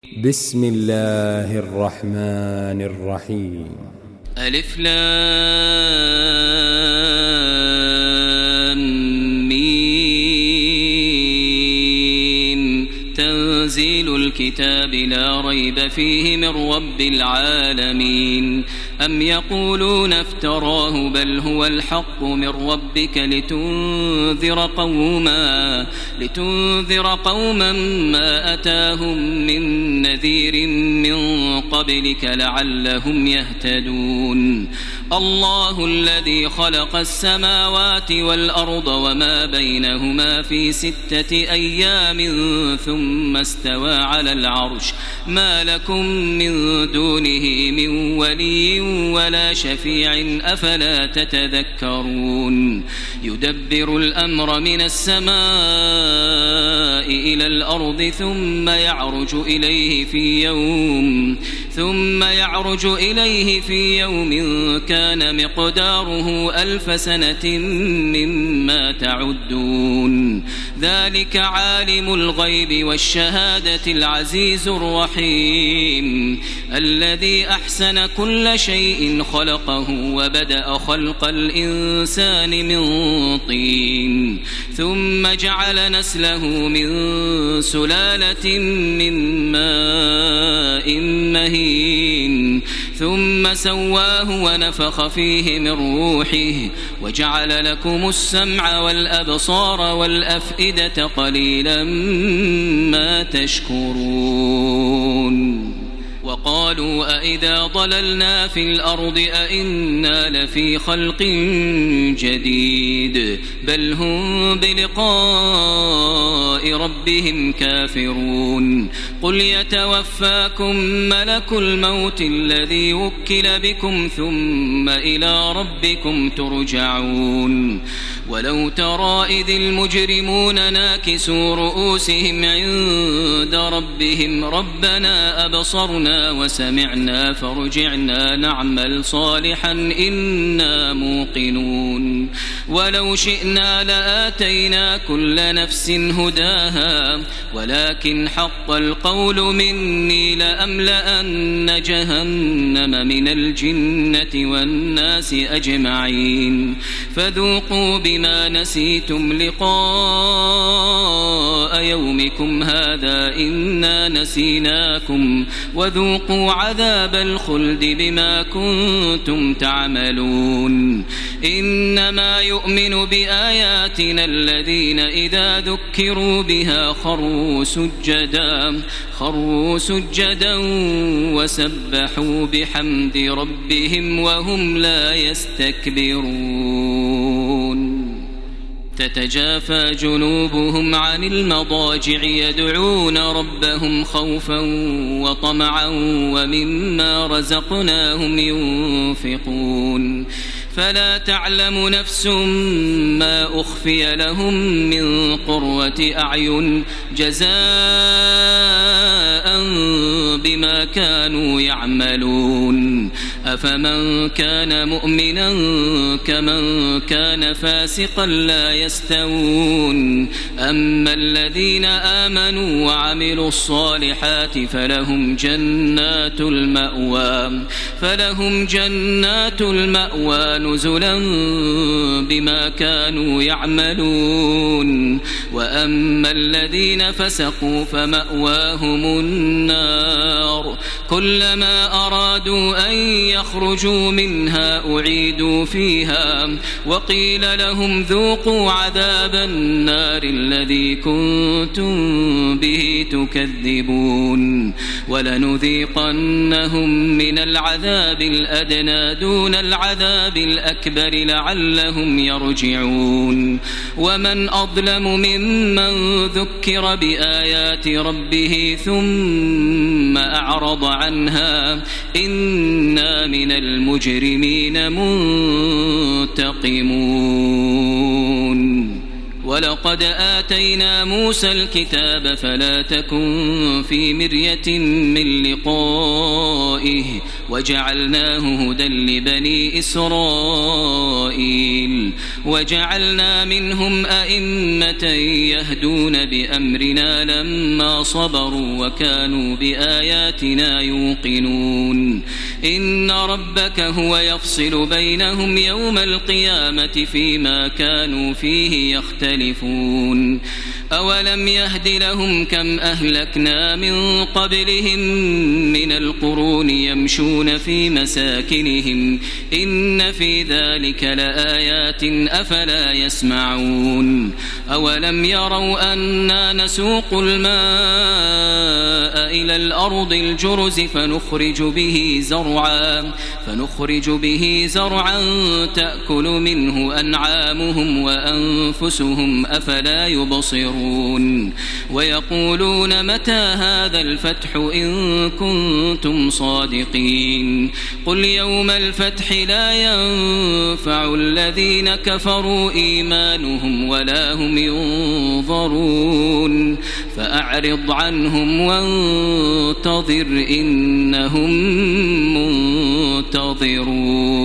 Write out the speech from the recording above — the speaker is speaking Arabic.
بسم الله الرحمن الرحيم. ألف لام ميم. تنزيل الكتاب لا ريب فيه من رب العالمين. أم يقولون افتراه بل هو الحق من ربك لتنذر قوما ما أتاهم من نذير من قبلك لعلهم يهتدون. الله الذي خلق السماوات والأرض وما بينهما في 6 أيام ثم استوى على العرش ما لكم من دونه من ولي ولا شفيع أفلا تتذكرون. يدبر الأمر من السماء إلى الأرض ثم يعرج إليه في يوم كان مقداره 1000 سنة مما تعدون. ذلك عالم الغيب والشهادة العزيز الرحيم الذي أحسن كل شيء خلقه وبدأ خلق الإنسان من طين ثم جعل نسله من سلالة من ماء مهين ثم سواه ونفخ فيه من روحه وجعل لكم السمع والأبصار والأفئدة قليلا ما تشكرون. وقالوا أئذا ضللنا في الأرض أئنا لفي خلق جديد بل هم بلقاء ربهم كافرون. قل يتوفاكم ملك الموت الذي وكل بكم ثم إلى ربكم ترجعون. ولو ترى إذ المجرمون ناكسوا رؤوسهم عند ربهم ربنا أبصرنا وسمعنا فارجعنا نعمل صالحا إنا موقنون. ولو شئنا لآتينا كل نفس هداها ولكن حق القول مني لأملأن جهنم من الجنة والناس أجمعين. فذوقوا بما نسيتم لقاء يومكم هذا إنا نسيناكم وذوقوا عذاب الخلد بما كنتم تعملون. إنما يؤمن بآياتنا الذين إذا ذكروا بها خروا سجدا وسبحوا بحمد ربهم وهم لا يستكبرون. تتجافى جنوبهم عن المضاجع يدعون ربهم خوفا وطمعا ومما رزقناهم ينفقون. فلا تعلم نفس ما أخفي لهم من قرة أعين جزاء بما كانوا يعملون. أفمن كان مؤمنا كمن كان فاسقا لا يستوون. أما الذين آمنوا وعملوا الصالحات فلهم جنات المأوى نزلا بما كانوا يعملون. وأما الذين فسقوا فمأواهم النار كلما أرادوا أن يخرجوا منها أعيدوا فيها وقيل لهم ذوقوا عذاب النار الذي كنتم به تكذبون. ولنذيقنهم من العذاب الأدنى دون العذاب الأكبر لعلهم يرجعون. ومن أظلم ممن ذكر بآيات ربه ثم أعرض عنها إنا من المجرمين منتقمون. ولقد آتينا موسى الكتاب فلا تكن في مرية من لقائه وجعلناه هدى لبني إسرائيل وجعلنا منهم أئمة يهدون بأمرنا لما صبروا وكانوا بآياتنا يوقنون إن ربك هو يفصل بينهم يوم القيامة فيما كانوا فيه يختلفون أولم يهد لهم كم أهلكنا من قبلهم من القرون يمشون في مساكنهم إن في ذلك لآيات أفلا يسمعون أولم يروا أنا نسوق الماء إلى الأرض الجرز فنخرج به زرعا تأكل منه أنعامهم وأنفسهم أفلا يبصرون ويقولون متى هذا الفتح إن كنتم صادقين قل يوم الفتح لا ينفع الذين كفروا إيمانهم ولا هم ينظرون فأعرض عنهم وانتظر إنهم منتظرون.